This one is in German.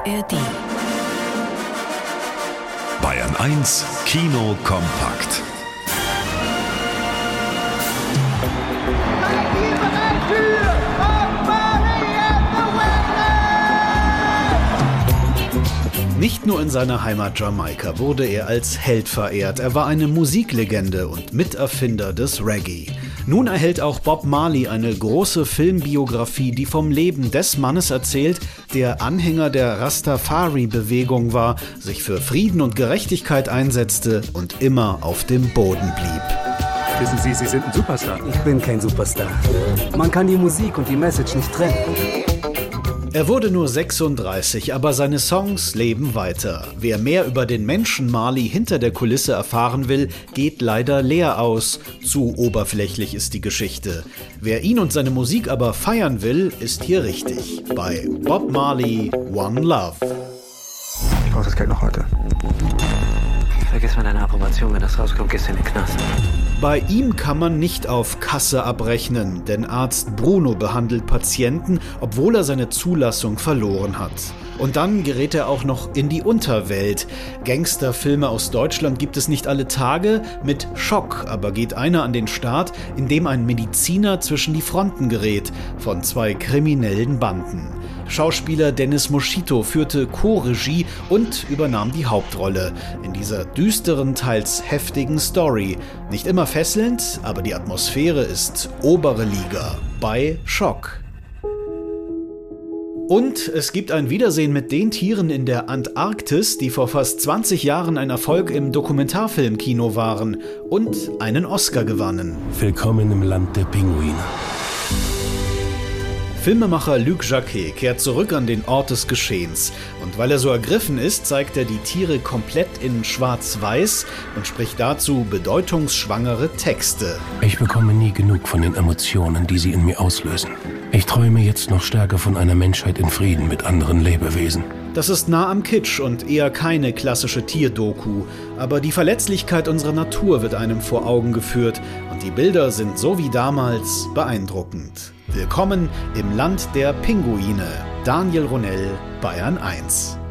ARD. Bayern 1 Kino kompakt. Nicht nur in seiner Heimat Jamaika wurde er als Held verehrt. Er war eine Musiklegende und Miterfinder des Reggae. Nun erhält auch Bob Marley eine große Filmbiografie, die vom Leben des Mannes erzählt, der Anhänger der Rastafari-Bewegung war, sich für Frieden und Gerechtigkeit einsetzte und immer auf dem Boden blieb. Wissen Sie, Sie sind ein Superstar. Ich bin kein Superstar. Man kann die Musik und die Message nicht trennen. Er wurde nur 36, aber seine Songs leben weiter. Wer mehr über den Menschen Marley hinter der Kulisse erfahren will, geht leider leer aus. Zu oberflächlich ist die Geschichte. Wer ihn und seine Musik aber feiern will, ist hier richtig. Bei Bob Marley, One Love. Ich brauche das Geld noch heute. Vergiss mal deine Approbation, wenn das rauskommt, gehst du in den Knast. Bei ihm kann man nicht auf Kasse abrechnen, denn Arzt Bruno behandelt Patienten, obwohl er seine Zulassung verloren hat. Und dann gerät er auch noch in die Unterwelt. Gangsterfilme aus Deutschland gibt es nicht alle Tage. Mit Schock aber geht einer an den Start, in dem ein Mediziner zwischen die Fronten gerät von zwei kriminellen Banden. Schauspieler Dennis Moschito führte Co-Regie und übernahm die Hauptrolle in dieser düsteren, teils heftigen Story. Nicht immer fesselnd, aber die Atmosphäre ist obere Liga bei Schock. Und es gibt ein Wiedersehen mit den Tieren in der Antarktis, die vor fast 20 Jahren ein Erfolg im Dokumentarfilmkino waren und einen Oscar gewannen. Willkommen im Land der Pinguine. Filmemacher Luc Jacquet kehrt zurück an den Ort des Geschehens. Und weil er so ergriffen ist, zeigt er die Tiere komplett in Schwarz-Weiß und spricht dazu bedeutungsschwangere Texte. Ich bekomme nie genug von den Emotionen, die sie in mir auslösen. Ich träume jetzt noch stärker von einer Menschheit in Frieden mit anderen Lebewesen. Das ist nah am Kitsch und eher keine klassische Tierdoku. Aber die Verletzlichkeit unserer Natur wird einem vor Augen geführt. Und die Bilder sind so wie damals beeindruckend. Willkommen im Land der Pinguine. Daniel Ronell, Bayern 1.